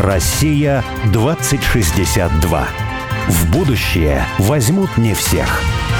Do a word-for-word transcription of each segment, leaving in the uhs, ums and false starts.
Россия двадцать шестьдесят два. В будущее возьмут не всех.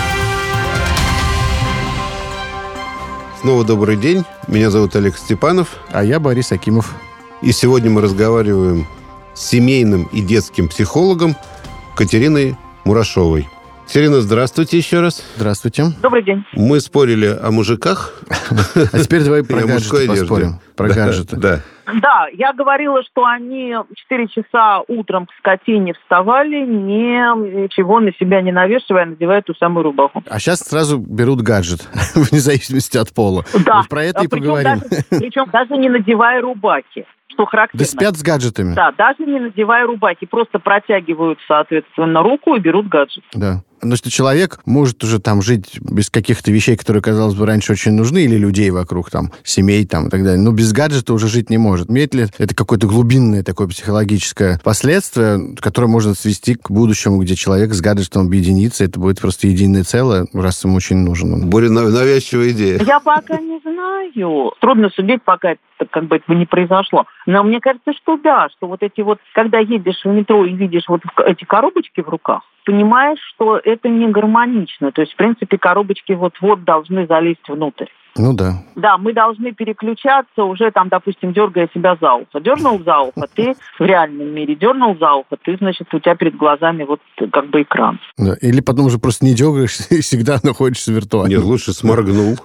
Снова добрый день. Меня зовут Олег Степанов. А я Борис Акимов. И сегодня мы разговариваем с семейным и детским психологом Катериной Мурашовой. Катерина, здравствуйте еще раз. Здравствуйте. Добрый день. Мы спорили о мужиках. А теперь давай про гаджеты поспорим. Про гаджеты. Да. Да, я говорила, что они в четыре часа утром к скотине вставали, ничего на себя не навешивая, а надевая ту самую рубаху. А сейчас сразу берут гаджет, вне зависимости от пола. Да. Вот про это и причем поговорим. Даже, причем даже не надевая рубахи. Что характерно. Да спят с гаджетами. Да, даже не надевая рубахи, просто протягивают, соответственно, руку и берут гаджет. Да. Но что человек может уже там жить без каких-то вещей, которые, казалось бы, раньше очень нужны, или людей вокруг, там, семей там, и так далее. Но без гаджета уже жить не может. Имеет ли это какое-то глубинное такое психологическое последствие, которое можно свести к будущему, где человек с гаджетом объединится, это будет просто единое целое, раз ему очень нужен он. Более навязчивая идея. Я пока не знаю. Трудно судить, пока это как бы этого не произошло. Но мне кажется, что да, что вот эти вот, когда едешь в метро и видишь вот эти коробочки в руках, понимаешь, что это не гармонично. То есть, в принципе, коробочки вот-вот должны залезть внутрь. Ну да. Да, мы должны переключаться уже там, допустим, дергая себя за ухо. Дернул за ухо, ты в реальном мире дернул за ухо, ты, значит, у тебя перед глазами вот как бы экран. Да. Или потом уже просто не дергаешься и всегда находишься виртуально. Нет, лучше сморгнул.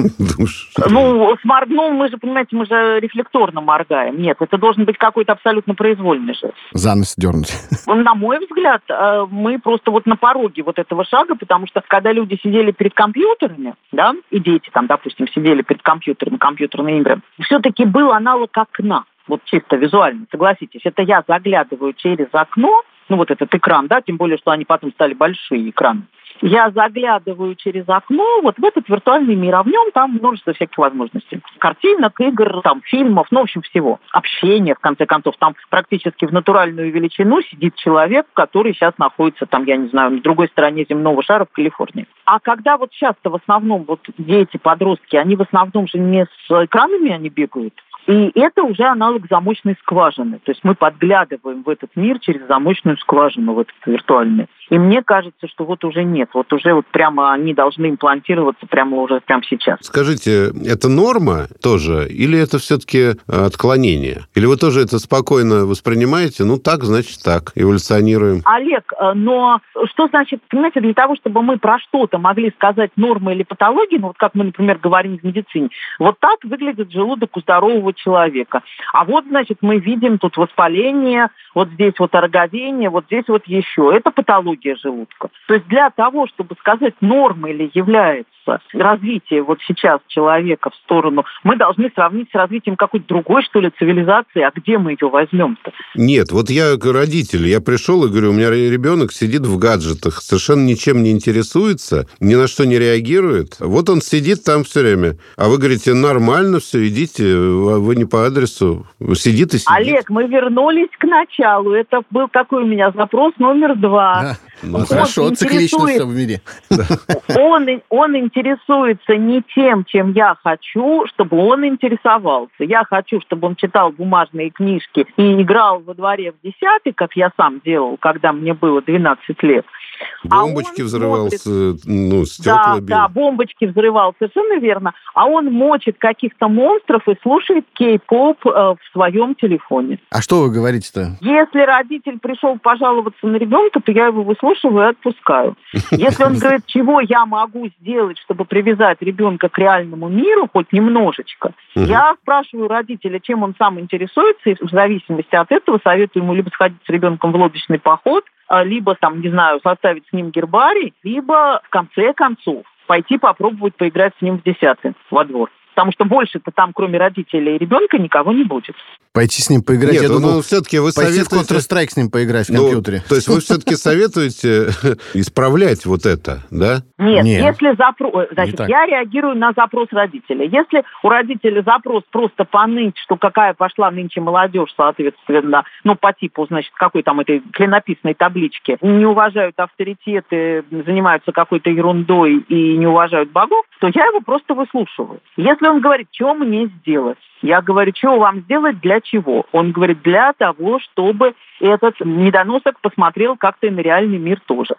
Ну, сморгнул, мы же, понимаете, мы же рефлекторно моргаем. Нет, это должен быть какой-то абсолютно произвольный жест. За нос дернуть. На мой взгляд, мы просто вот на пороге вот этого шага, потому что когда люди сидели перед компьютерами, да, и дети там, допустим, сидели перед компьютером, компьютерные игры, все-таки был аналог окна. Вот чисто визуально, согласитесь. Это я заглядываю через окно, ну вот этот экран, да, тем более, что они потом стали большие экраны. Я заглядываю через окно вот в этот виртуальный мир, а в нем там множество всяких возможностей. Картинок, игр, там, фильмов, ну, в общем, всего. Общение, в конце концов. Там практически в натуральную величину сидит человек, который сейчас находится там, я не знаю, на другой стороне земного шара в Калифорнии. А когда вот сейчас-то в основном вот дети, подростки, они в основном же не с экранами они бегают, и это уже аналог замочной скважины. То есть мы подглядываем в этот мир через замочную скважину, в этот виртуальный. И мне кажется, что вот уже нет. Вот уже вот прямо они должны имплантироваться прямо уже прямо сейчас. Скажите, это норма тоже? Или это все-таки отклонение? Или вы тоже это спокойно воспринимаете? Ну, так, значит, так. Эволюционируем. Олег, но что значит, понимаете, для того, чтобы мы про что-то могли сказать норма или патология, ну, вот как мы, например, говорим в медицине, вот так выглядит желудок у здорового человека. А вот, значит, мы видим тут воспаление, вот здесь вот ороговение, вот здесь вот еще. Это патология желудка. То есть для того, чтобы сказать, нормой ли является развитие вот сейчас человека в сторону, мы должны сравнить с развитием какой-то другой, что ли, цивилизации. А где мы ее возьмем-то? Нет, вот я родитель, я пришел и говорю, у меня ребенок сидит в гаджетах, совершенно ничем не интересуется, ни на что не реагирует. Вот он сидит там все время. А вы говорите, нормально все, идите, вы не по адресу, сидит и сидит. Олег, мы вернулись к началу. Это был такой у меня запрос номер два. Да. Ну, хорошо, циклично все в мире. Он, он интересуется не тем, чем я хочу, чтобы он интересовался. Я хочу, чтобы он читал бумажные книжки и играл во дворе в десятый, как я сам делал, когда мне было двенадцать лет. Бомбочки а взрывал, смотрит... ну, стекла да, бил. Да, бомбочки взрывал, совершенно верно. А он мочит каких-то монстров и слушает кей-поп э, в своем телефоне. А что вы говорите-то? Если родитель пришел пожаловаться на ребенка, то я его выслушиваю и отпускаю. Если он говорит, чего я могу сделать, чтобы привязать ребенка к реальному миру, хоть немножечко, угу. я спрашиваю родителя, чем он сам интересуется, и в зависимости от этого советую ему либо сходить с ребенком в лодочный поход, либо, там, не знаю, составить с ним гербарий, либо, в конце концов, пойти попробовать поиграть с ним в десятый во двор. Потому что больше-то там, кроме родителей и ребенка, никого не будет. Пойти с ним поиграть? Нет, я ну, думал, ну, все-таки вы пойти советуете... в Counter-Strike с ним поиграть в ну, компьютере. То есть вы все-таки советуете исправлять вот это, да? Нет, Нет. если запрос... Значит, я реагирую на запрос родителя. Если у родителя запрос просто поныть, что какая пошла нынче молодежь, соответственно, ну, по типу, значит, какой там этой клинописной таблички, не уважают авторитеты, занимаются какой-то ерундой и не уважают богов, то я его просто выслушиваю. Если он говорит, что мне сделать? Я говорю, что вам сделать, для чего? Он говорит, для того, чтобы этот недоносок посмотрел как-то и на реальный мир тоже.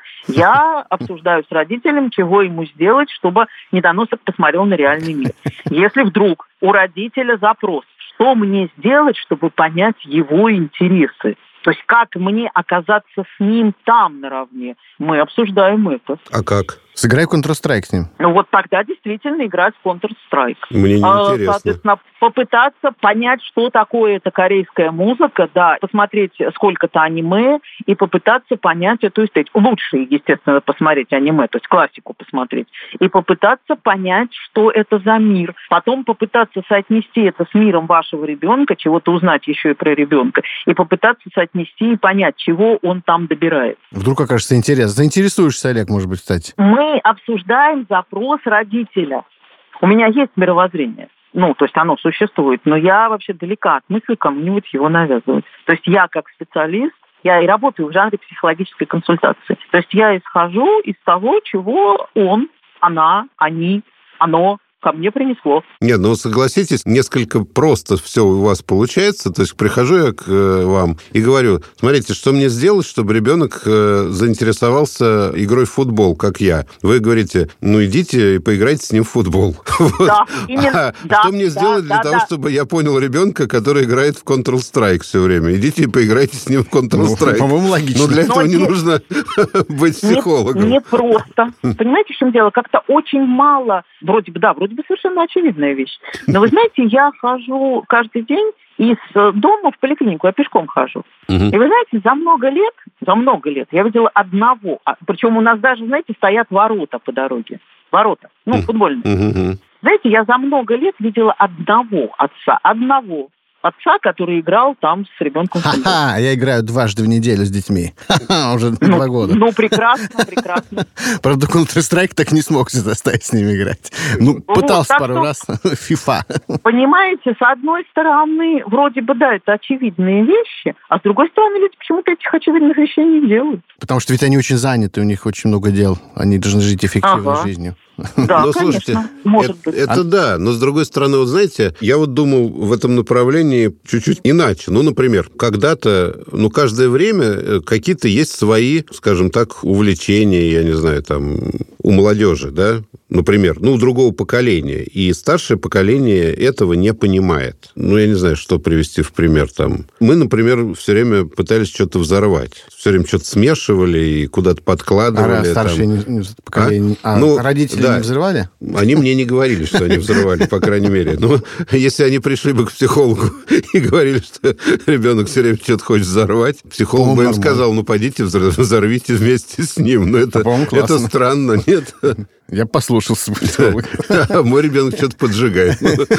Я обсуждаю с родителем, чего ему сделать, чтобы недоносок посмотрел на реальный мир. Если вдруг у родителя запрос, что мне сделать, чтобы понять его интересы, то есть как мне оказаться с ним там наравне, мы обсуждаем это. А как? Сыграй Counter-Strike с ним. Ну вот тогда действительно играть в Counter-Strike. Мне неинтересно. Соответственно, попытаться понять, что такое эта корейская музыка, да, посмотреть сколько-то аниме и попытаться понять эту эстетику. Лучше, естественно, посмотреть аниме, то есть классику посмотреть. И попытаться понять, что это за мир. Потом попытаться соотнести это с миром вашего ребенка, чего-то узнать еще и про ребенка. И попытаться соотнести и понять, чего он там добирает. Вдруг окажется интересно. Заинтересуешься, Олег, может быть, кстати. Мы обсуждаем запрос родителя. У меня есть мировоззрение. Ну, то есть оно существует, но я вообще далека от мысли кому-нибудь его навязывать. То есть я как специалист, я и работаю в жанре психологической консультации. То есть я исхожу из того, чего он, она, они, оно ко мне принесло. Нет, ну согласитесь, несколько просто все у вас получается. То есть прихожу я к э, вам и говорю, смотрите, что мне сделать, чтобы ребенок э, заинтересовался игрой в футбол, как я. Вы говорите, ну идите и поиграйте с ним в футбол. Да, именно. А что мне сделать для того, чтобы я понял ребенка, который играет в Counter-Strike все время? Идите и поиграйте с ним в Counter-Strike. По-моему, логично. Но для этого не нужно быть психологом. Не просто. Понимаете, в чем дело? Как-то очень мало, вроде бы, да, вроде бы совершенно очевидная вещь. Но вы знаете, я хожу каждый день из дома в поликлинику, я пешком хожу. Угу. И вы знаете, за много лет, за много лет я видела одного, причем у нас даже, знаете, стоят ворота по дороге. Ворота, ну, угу. футбольные. Угу. Знаете, я за много лет видела одного отца, одного отца, который играл там с ребенком. Ха-ха, я играю дважды в неделю с детьми. Ха-ха, уже ну, два года. Ну, прекрасно, прекрасно. Правда, Counter-Strike так не смог заставить с ними играть. Ну, пытался вот, пару что, раз. FIFA. Понимаете, с одной стороны, вроде бы, да, это очевидные вещи, а с другой стороны, люди почему-то этих очевидных вещей не делают. Потому что ведь они очень заняты, у них очень много дел. Они должны жить эффективной ага. жизнью. Да, но, конечно, слушайте, может это, быть. Это а... да, но с другой стороны, вот знаете, я вот думал в этом направлении чуть-чуть иначе. Ну, например, когда-то, ну, каждое время какие-то есть свои, скажем так, увлечения, я не знаю, там, у молодежи, да, например, ну, у другого поколения. И старшее поколение этого не понимает. Ну, я не знаю, что привести в пример там. Мы, например, все время пытались что-то взорвать. Все время что-то смешивали и куда-то подкладывали. А старшее там. поколение... А? А ну, родители да. не взрывали? Они мне не говорили, что они взрывали, по крайней мере. Но если они пришли бы к психологу и говорили, что ребенок все время что-то хочет взорвать, психолог бы им сказал, ну, пойдите, взорвите вместе с ним. Но это, это странно, нет? Я послушался психолога. А мой ребенок что-то поджигает.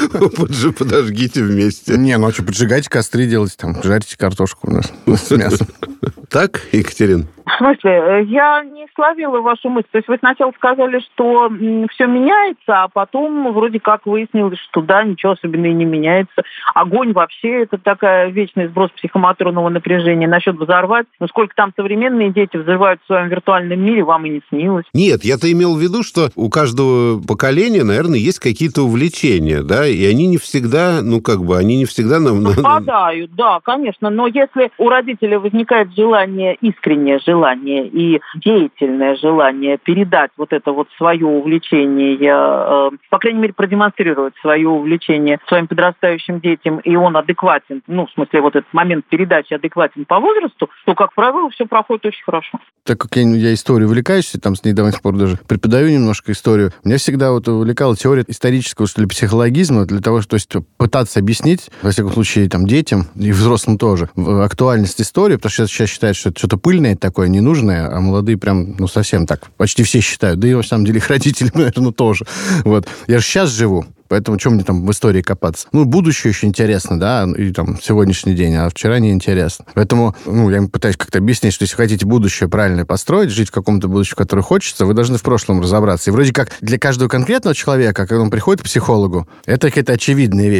Подожгите вместе. Не, ну а что, поджигайте костры, делайте там, жарите картошку у нас с мясом. Так, Екатерина? В смысле? Я не словила вашу мысль. То есть вы сначала сказали, что все меняется, а потом вроде как выяснилось, что да, ничего особенно и не меняется. Огонь вообще это такая вечный сброс психомоторного напряжения. Насчет взорвать, ну сколько там современные дети взрывают в своем виртуальном мире, вам и не снилось. Нет, я-то имел в виду, что у каждого поколения, наверное, есть какие-то увлечения, да, и они не всегда, ну как бы, они не всегда нам... Совпадают, да, конечно, но если у родителя возникает желание, искреннее желание, и деятельное желание передать вот это вот свое увлечение, э, по крайней мере, продемонстрировать свое увлечение своим подрастающим детям, и он адекватен, ну, в смысле, вот этот момент передачи адекватен по возрасту, то, как правило, все проходит очень хорошо. Так как я, я историю увлекаюсь, там с недавних пор даже преподаю немножко историю, меня всегда вот увлекала теория исторического, что ли, психологизма, для того, что, то есть, пытаться объяснить, во всяком случае, там, детям и взрослым тоже, актуальность истории, потому что сейчас считают, что это что-то пыльное такое, ненужное, а молодые прям, ну, совсем так, почти все считают, да и, на самом деле, их родители, наверное, тоже. Вот. Я же сейчас живу, поэтому что мне там в истории копаться? Ну, будущее еще интересно, да, и там сегодняшний день, а вчера не интересно. Поэтому, ну, я им пытаюсь как-то объяснить, что если хотите будущее правильно построить, жить в каком-то будущем, которое хочется, вы должны в прошлом разобраться. И вроде как для каждого конкретного человека, когда он приходит к психологу, это какая-то очевидная вещь.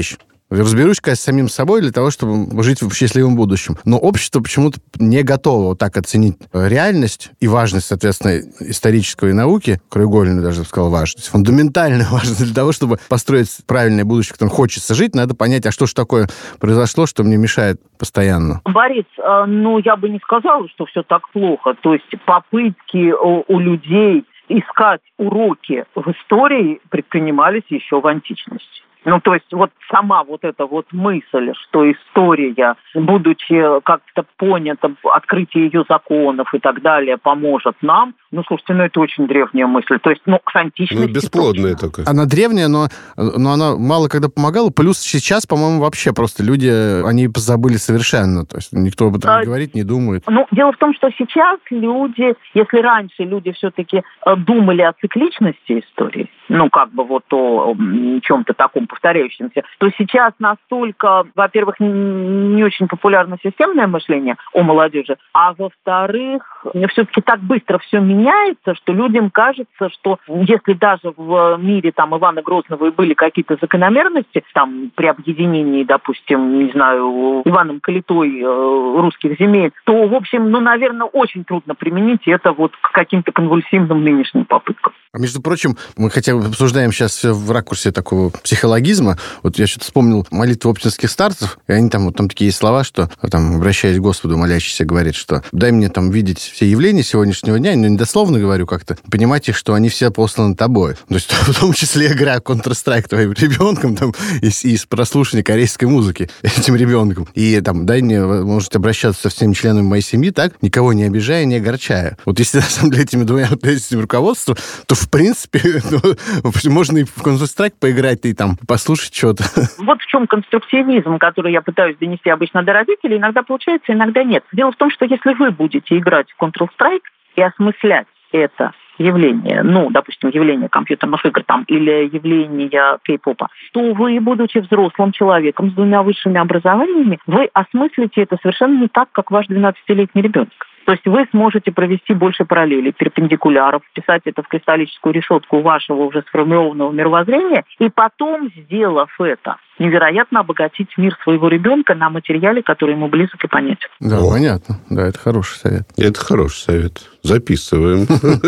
разберусь-ка с самим собой для того, чтобы жить в счастливом будущем. Но общество почему-то не готово вот так оценить реальность и важность, соответственно, исторического и науки, краеугольную даже, я бы сказал, важность, фундаментально важность для того, чтобы построить правильное будущее, в котором хочется жить, надо понять, а что ж такое произошло, что мне мешает постоянно. Борис, ну, я бы не сказала, что все так плохо. То есть попытки у людей искать уроки в истории предпринимались еще в античности. Ну, то есть вот сама вот эта вот мысль, что история, будучи как-то понята, открытие ее законов и так далее, поможет нам, ну, слушайте, ну, это очень древняя мысль. То есть, ну, к античности... Ну, бесплодная только. Она древняя, но, но она мало когда помогала. Плюс сейчас, по-моему, вообще просто люди, они забыли совершенно. То есть никто об этом а, не говорит, не думает. Ну, дело в том, что сейчас люди, если раньше люди все-таки думали о цикличности истории, ну, как бы вот о чем-то таком повторяющемся, то сейчас настолько, во-первых, не очень популярно системное мышление у молодежи, а во-вторых, все-таки так быстро все меняется, что людям кажется, что если даже в мире там Ивана Грозного и были какие-то закономерности, там при объединении, допустим, не знаю, Иваном Калитой русских земель, то, в общем, ну, наверное, очень трудно применить это вот к каким-то конвульсивным нынешним попыткам. А между прочим, мы хотя бы обсуждаем сейчас все в ракурсе такого психологизма. Вот я что-то вспомнил молитву оптинских старцев, и они там, вот там такие слова, что, там, обращаясь к Господу, молящийся говорит, что дай мне там видеть все явления сегодняшнего дня, но не дословно говорю как-то, понимать их, что они все посланы тобой. То есть в том числе игра Counter-Strike твоим ребенком там, из, из прослушивания корейской музыки этим ребенком. И там дай мне возможность обращаться со всеми членами моей семьи так, никого не обижая, не огорчая. Вот если на самом деле этими двумя этим руководством, то в принципе ну, можно и в Counter-Strike поиграть, и там послушать что-то. Вот в чем конструктивизм, который я пытаюсь донести обычно до родителей. Иногда получается, иногда нет. Дело в том, что если вы будете играть в Counter-Strike и осмыслять это явление, ну, допустим, явление компьютерных игр там, или явление кей-попа, то вы, будучи взрослым человеком с двумя высшими образованиями, вы осмыслите это совершенно не так, как ваш двенадцатилетний ребенок. То есть вы сможете провести больше параллелей, перпендикуляров, вписать это в кристаллическую решетку вашего уже сформированного мировоззрения, и потом, сделав это, невероятно обогатить мир своего ребенка на материале, который ему близок и понятен. Да, О. понятно. Да, это хороший совет. Это хороший совет. Записываем.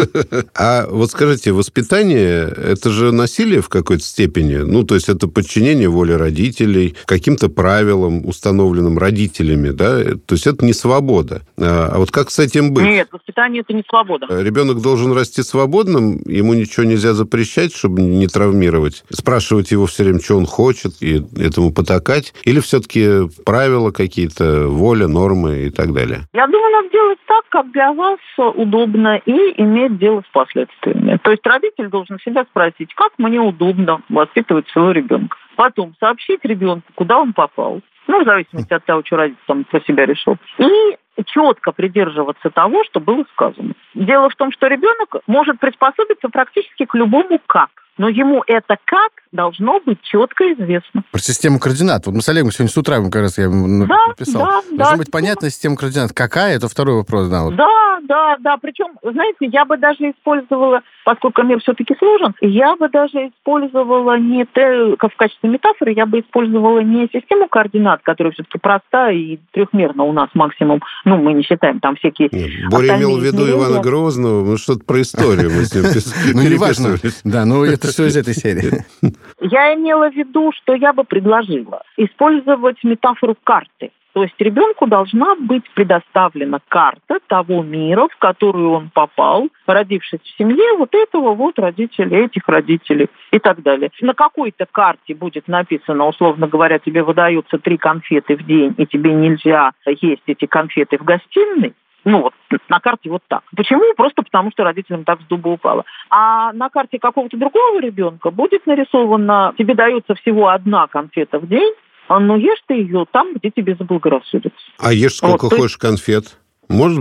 А вот скажите, воспитание – это же насилие в какой-то степени? Ну, то есть это подчинение воле родителей, каким-то правилам, установленным родителями, да? То есть это не свобода. А вот как с этим быть? Нет, воспитание – это не свобода. Ребенок должен расти свободным, ему ничего нельзя запрещать, чтобы не травмировать, спрашивать его все время, что он хочет, и этому потакать, или все-таки правила какие-то, воля, нормы и так далее? Я думаю, надо делать так, как для вас удобно, и иметь дело с последствиями. То есть родитель должен себя спросить, как мне удобно воспитывать своего ребенка. Потом сообщить ребенку, куда он попал. Ну, в зависимости от того, что родитель там про себя решил. И четко придерживаться того, что было сказано. Дело в том, что ребенок может приспособиться практически к любому «как». Но ему это «как» должно быть четко известно. Про систему координат. Вот мы с Олегом сегодня с утра, как раз я ему да, написал. Да, Должна да, быть понятная система координат. Какая? Это второй вопрос. Да, вот. да, да, да. Причем, знаете, я бы даже использовала, поскольку мир все-таки сложен, я бы даже использовала не те, как в качестве метафоры, я бы использовала не систему координат, которая все-таки проста и трехмерна у нас максимум. Ну, мы не считаем там всякие... Нет, Боря имел в виду Ивана Грозного, ну, что-то про историю мы с ним переписывались. Ну, не важно. Да, ну, это все из этой серии. Я имела в виду, что я бы предложила использовать метафору карты. То есть ребенку должна быть предоставлена карта того мира, в который он попал, родившись в семье вот этого вот родителя, этих родителей и так далее. На какой-то карте будет написано, условно говоря, тебе выдаются три конфеты в день, и тебе нельзя есть эти конфеты в гостиной. Ну, вот на карте вот так. Почему? Просто потому, что родителям так с дуба упало. А на карте какого-то другого ребенка будет нарисовано, тебе дается всего одна конфета в день, но ешь ты ее там, где тебе заблагорассудится. А ешь сколько вот, хочешь конфет? Может быть?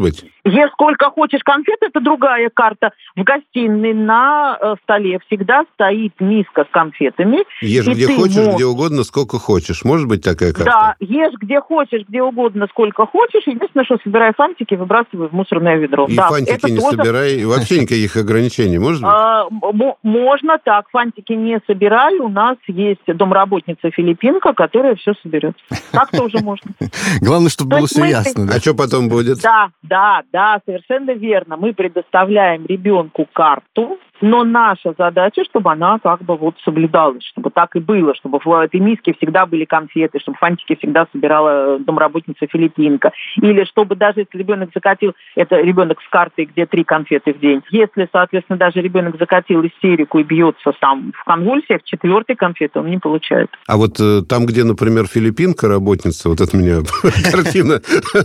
Ешь сколько хочешь конфет, это другая карта. В гостиной на э, столе всегда стоит миска с конфетами. Ешь где хочешь, можешь... где угодно, сколько хочешь. Может быть такая карта? Да, ешь где хочешь, где угодно, сколько хочешь. Единственное, что собирай фантики, выбрасывай в мусорное ведро. И да, фантики не тоже... собирай, и вообще никаких ограничений, может быть? А, можно так, фантики не собирай. У нас есть домработница Филиппинка, которая все соберет. Так тоже можно. Главное, чтобы было все ясно. А что потом будет? Да, да, да, совершенно верно. Мы предоставляем ребенку карту, но наша задача, чтобы она как бы вот соблюдалась, чтобы так и было, чтобы в этой миске всегда были конфеты, чтобы фантики всегда собирала домработница Филиппинка. Или чтобы даже если ребенок закатил, это ребенок с картой, где три конфеты в день. Если, соответственно, даже ребенок закатил истерику и бьется там в конвульсиях, четвертой конфеты он не получает. А вот э, там, где, например, Филиппинка работница, вот это меня картина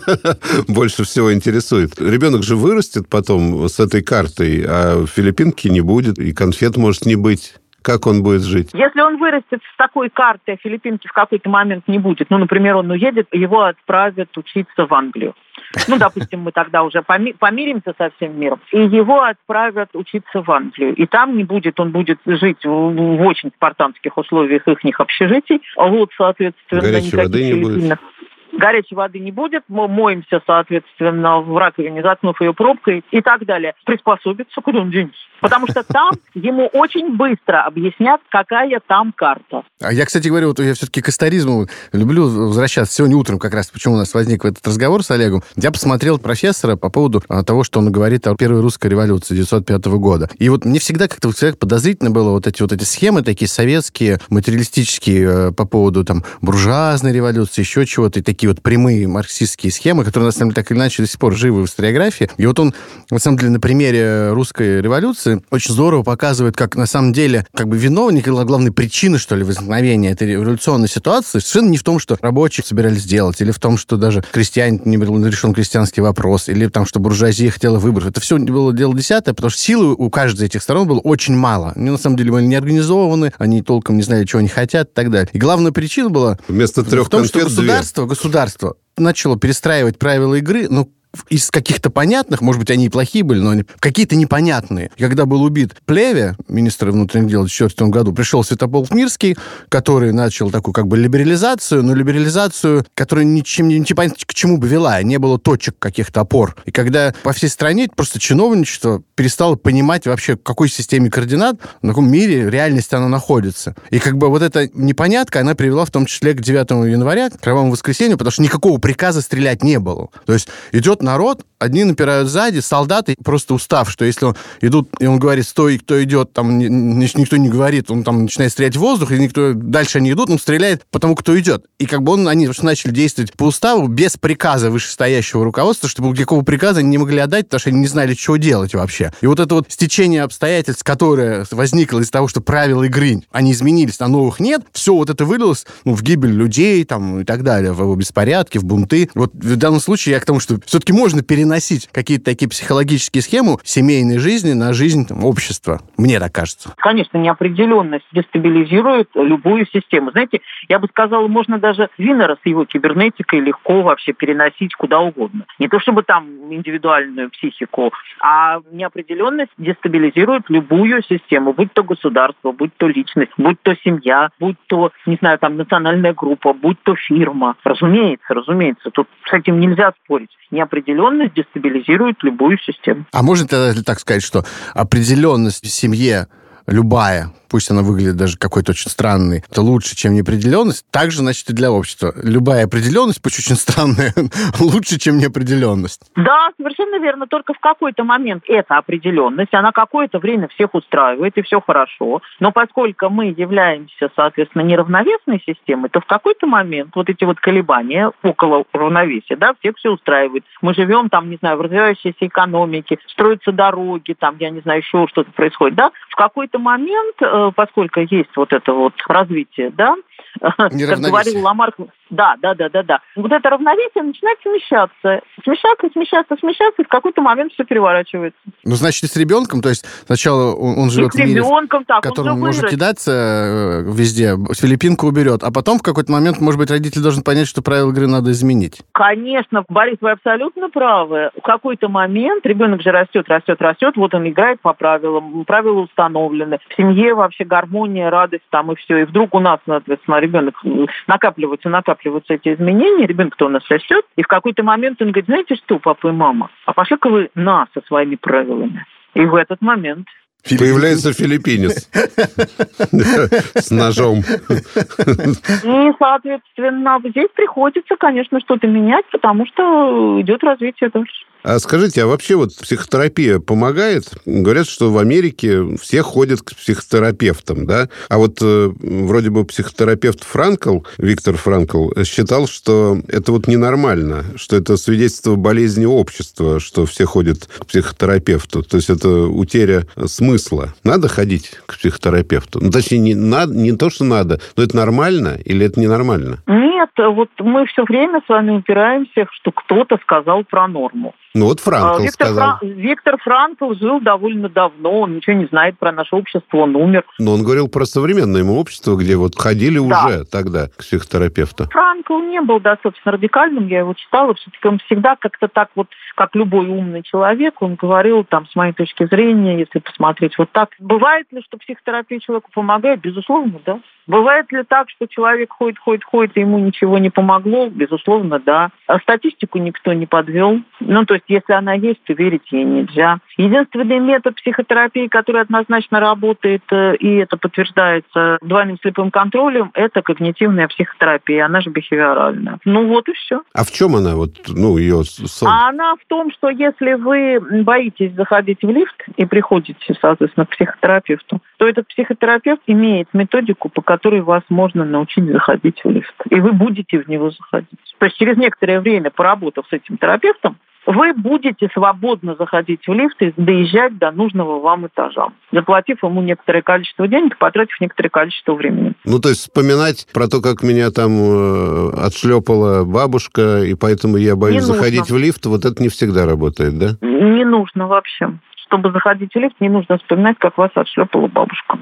больше всего интересует. Ребенок же вырастет потом с этой картой, а Филиппинки не будет, и конфет может не быть. Как он будет жить? Если он вырастет с такой картой, а Филиппинки в какой-то момент не будет, ну, например, он уедет, его отправят учиться в Англию. Ну, допустим, мы тогда уже поми- помиримся со всем миром, и его отправят учиться в Англию. И там не будет, он будет жить в, в очень спартанских условиях ихних общежитий. Вот, соответственно, горячей воды не будет. Горячей воды не будет, мы моемся, соответственно, в раковине, заткнув ее пробкой и так далее. Приспособиться, куда он денется? Потому что там ему очень быстро объяснят, какая там карта. А я, кстати говоря, вот я все-таки к историзму люблю возвращаться. Сегодня утром как раз, почему у нас возник этот разговор с Олегом, я посмотрел профессора по поводу того, что он говорит о первой русской революции девятьсот пятого года. И вот мне всегда как-то подозрительно было вот эти вот эти схемы такие советские, материалистические по поводу там буржуазной революции, еще чего-то, и такие вот прямые марксистские схемы, которые, на самом деле, так или иначе до сих пор живы в историографии. И вот он, на самом деле, на примере русской революции очень здорово показывает, как на самом деле как бы виновник, или главная причина, что ли, возникновения этой революционной ситуации совершенно не в том, что рабочие собирались делать, или в том, что даже крестьяне не был решен крестьянский вопрос, или там, что буржуазия хотела выборов. Это все было дело десятое, потому что силы у каждой из этих сторон было очень мало. Они, на самом деле, были не организованы, они толком не знали, чего они хотят и так далее. И главная причина была вместо трех в том, что конфет государство, две. государство начало перестраивать правила игры, ну, из каких-то понятных, может быть, они и плохие были, но они какие-то непонятные. И когда был убит Плеве, министр внутренних дел в две тысячи четвёртом году, пришел Святополк Мирский, который начал такую как бы либерализацию, но либерализацию, которая ничем не непонятно к чему бы вела, не было точек каких-то опор. И когда по всей стране просто чиновничество перестало понимать вообще, в какой системе координат, в каком мире реальности оно находится. И как бы вот эта непонятка, она привела в том числе к девятому января, к Кровавому воскресенью, потому что никакого приказа стрелять не было. То есть идет народ, одни напирают сзади, солдаты просто устав, что если он идут, и он говорит, стой, кто идет, там никто не говорит, он там начинает стрелять в воздух, и никто, дальше они идут, он стреляет по тому, кто идет. И как бы он, они начали действовать по уставу без приказа вышестоящего руководства, чтобы никакого приказа они не могли отдать, потому что они не знали, что делать вообще. И вот это вот стечение обстоятельств, которое возникло из того, что правила игры, они изменились, а новых нет, все вот это вылилось ну, в гибель людей там, и так далее, в беспорядки, в бунты. Вот в данном случае я к тому, что все-таки можно переносить какие-то такие психологические схемы семейной жизни на жизнь там, общества. Мне так кажется. Конечно, неопределенность дестабилизирует любую систему. Знаете, я бы сказала, можно даже Винера с его кибернетикой легко вообще переносить куда угодно. Не то чтобы там индивидуальную психику, а неопределенность дестабилизирует любую систему, будь то государство, будь то личность, будь то семья, будь то, не знаю, там национальная группа, будь то фирма. Разумеется, разумеется, тут с этим нельзя спорить. Неопределенность дестабилизирует любую систему. А можно тогда так сказать, что определенность в семье любая, пусть она выглядит даже какой-то очень странной, это лучше, чем неопределенность, так же, значит, и для общества. Любая определенность, пусть очень странная, лучше, чем неопределенность. Да, совершенно верно. Только в какой-то момент эта определенность, она какое-то время всех устраивает, и все хорошо. Но поскольку мы являемся, соответственно, неравновесной системой, то в какой-то момент вот эти вот колебания около равновесия, да, всех все устраивает. Мы живем там, не знаю, в развивающейся экономике, строятся дороги, там, я не знаю, еще что-то происходит, да. В какой-то момент, поскольку есть вот это вот развитие, да, как говорил Ламарк, да, да, да, да, да. Вот это равновесие начинает смещаться. Смещаться, смещаться, смещаться, и в какой-то момент все переворачивается. Ну, значит, и с ребенком, то есть сначала он, он живет в мире, так, который может кидаться везде, Филиппинку уберет, а потом в какой-то момент, может быть, родитель должен понять, что правила игры надо изменить. Конечно, Борис, вы абсолютно правы. В какой-то момент ребенок же растет, растет, растет, вот он играет по правилам, правила установлены. В семье вообще гармония, радость там и все. И вдруг у нас, соответственно, ребенок накапливается, накапливаются эти изменения, ребенок-то у нас растет, и в какой-то момент он говорит, знаете что, папа и мама, а пошли-ка вы на со своими правилами. И в этот момент появляется филиппинец с ножом. И, соответственно, здесь приходится, конечно, что-то менять, потому что идет развитие дальше. А скажите, а вообще вот психотерапия помогает? Говорят, что в Америке все ходят к психотерапевтам, да? А вот э, вроде бы психотерапевт Франкл, Виктор Франкл, считал, что это вот ненормально, что это свидетельство болезни общества, что все ходят к психотерапевту. То есть это утеря смысла. Надо ходить к психотерапевту? Ну, точнее, не, надо, не то, что надо, но это нормально или это ненормально? Нет, вот мы все время с вами упираемся, что кто-то сказал про норму. Ну вот Франкл Виктор сказал. Фран... Виктор Франкл жил довольно давно, он ничего не знает про наше общество, он умер. Но он говорил про современное ему общество, где вот ходили да. уже тогда к психотерапевту. Франкл не был достаточно радикальным, я его читала, все-таки он всегда как-то так вот, как любой умный человек, он говорил, там, с моей точки зрения, если посмотреть вот так. Бывает ли, что психотерапия человеку помогает? Безусловно, да. Бывает ли так, что человек ходит, ходит, ходит, и ему ничего не помогло? Безусловно, да. А статистику никто не подвел. Ну, то есть, если она есть, то верить ей нельзя. Единственный метод психотерапии, который однозначно работает, и это подтверждается двойным слепым контролем, это когнитивная психотерапия, она же бихевиоральная. Ну, вот и все. А в чем она, вот, ну, ее сон? А она в том, что если вы боитесь заходить в лифт и приходите, соответственно, к психотерапевту, то этот психотерапевт имеет методику, по которой вас можно научить заходить в лифт. И вы будете в него заходить. То есть через некоторое время, поработав с этим терапевтом, вы будете свободно заходить в лифт и доезжать до нужного вам этажа, заплатив ему некоторое количество денег, потратив некоторое количество времени. Ну, то есть вспоминать про то, как меня там э, отшлепала бабушка, и поэтому я боюсь заходить в лифт, вот это не всегда работает, да? Не нужно вообще. Чтобы заходить в лифт, не нужно вспоминать, как вас отшлепала бабушка.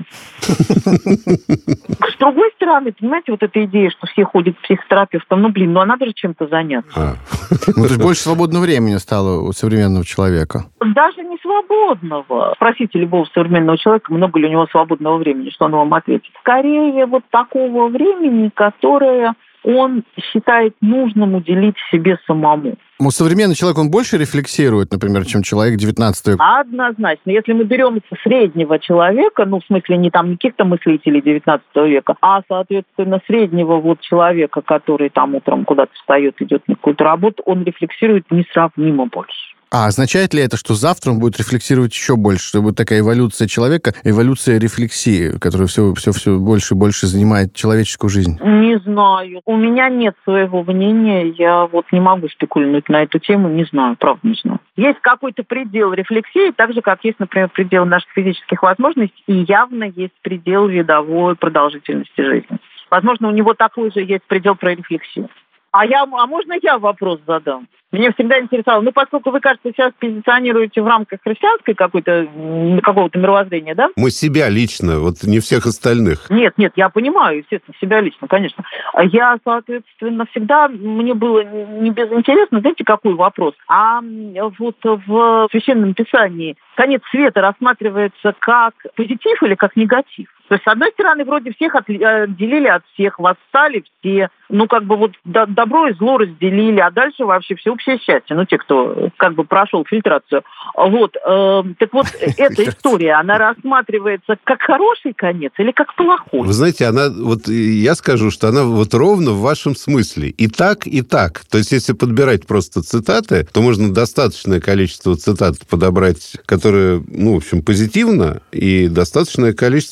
С другой стороны, понимаете, вот эта идея, что все ходят к психотерапевтам, ну, блин, ну, а надо же чем-то заняться. Ну, то есть больше свободного времени стало у современного человека. Даже не свободного. Спросите любого современного человека, много ли у него свободного времени, что он вам ответит. Скорее, вот такого времени, которое он считает нужным уделить себе самому. Ну, современный человек, он больше рефлексирует, например, чем человек девятнадцатого века? Однозначно. Если мы берем среднего человека, ну, в смысле, не там не каких-то мыслителей девятнадцатого века, а, соответственно, среднего вот человека, который там утром куда-то встает, идет на какую-то работу, он рефлексирует несравнимо больше. А означает ли это, что завтра он будет рефлексировать еще больше, что будет такая эволюция человека, эволюция рефлексии, которая все, все, все больше и больше занимает человеческую жизнь? Не знаю. У меня нет своего мнения. Я вот не могу спекулировать на эту тему. Не знаю, правда не знаю. Есть какой-то предел рефлексии, так же, как есть, например, предел наших физических возможностей, и явно есть предел видовой продолжительности жизни. Возможно, у него такой же есть предел про рефлексию. А, я, а можно я вопрос задам? Мне всегда интересовало, ну, поскольку вы, кажется, сейчас позиционируете в рамках христианской какой-то, какого-то мировоззрения, да? Мы себя лично, вот не всех остальных. Нет, нет, я понимаю, естественно, себя лично, конечно. Я, соответственно, всегда, мне было не безинтересно, знаете, какой вопрос? А вот в Священном Писании конец света рассматривается как позитив или как негатив? То есть, с одной стороны, вроде всех отделили от всех, восстали все, ну, как бы вот добро и зло разделили, а дальше вообще всеобщее счастье, ну, те, кто как бы прошел фильтрацию. Вот, э, так вот, эта история, она рассматривается как хороший конец или как плохой? Вы знаете, она, вот я скажу, что она вот ровно в вашем смысле. И так, и так. То есть, если подбирать просто цитаты, то можно достаточное количество цитат подобрать, которые, ну, в общем, позитивно, и достаточное количество... Я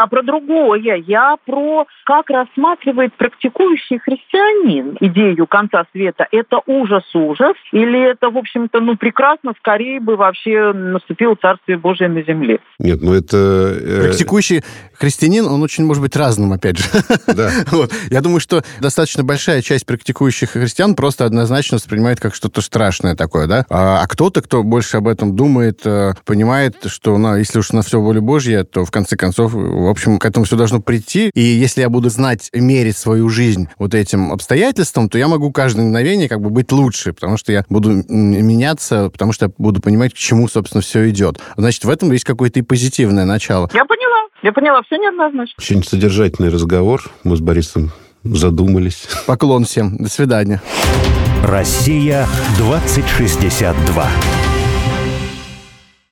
я про другое. Я про как рассматривает практикующий христианин идею конца света. Это ужас-ужас? Или это, в общем-то, ну, прекрасно, скорее бы вообще наступило Царствие Божие на земле? Нет, ну это... Практикующий христианин, он очень может быть разным, опять же. Да. Вот. Я думаю, что достаточно большая часть практикующих христиан просто однозначно воспринимает как что-то страшное такое, да? А, а кто-то, кто больше об этом думает, понимает, что ну, если уж на все воля Божья, то в конце концов, в общем, к этому все должно прийти. И если я буду знать, мерить свою жизнь вот этим обстоятельствам, то я могу каждое мгновение как бы быть лучше, потому что я буду меняться, потому что я буду понимать, к чему, собственно, все идет. Значит, в этом есть какое-то и позитивное начало. Я поняла. Я поняла, все неоднозначно. Очень содержательный разговор. Мы с Борисом задумались. Поклон всем. До свидания. Россия двадцать шестьдесят два.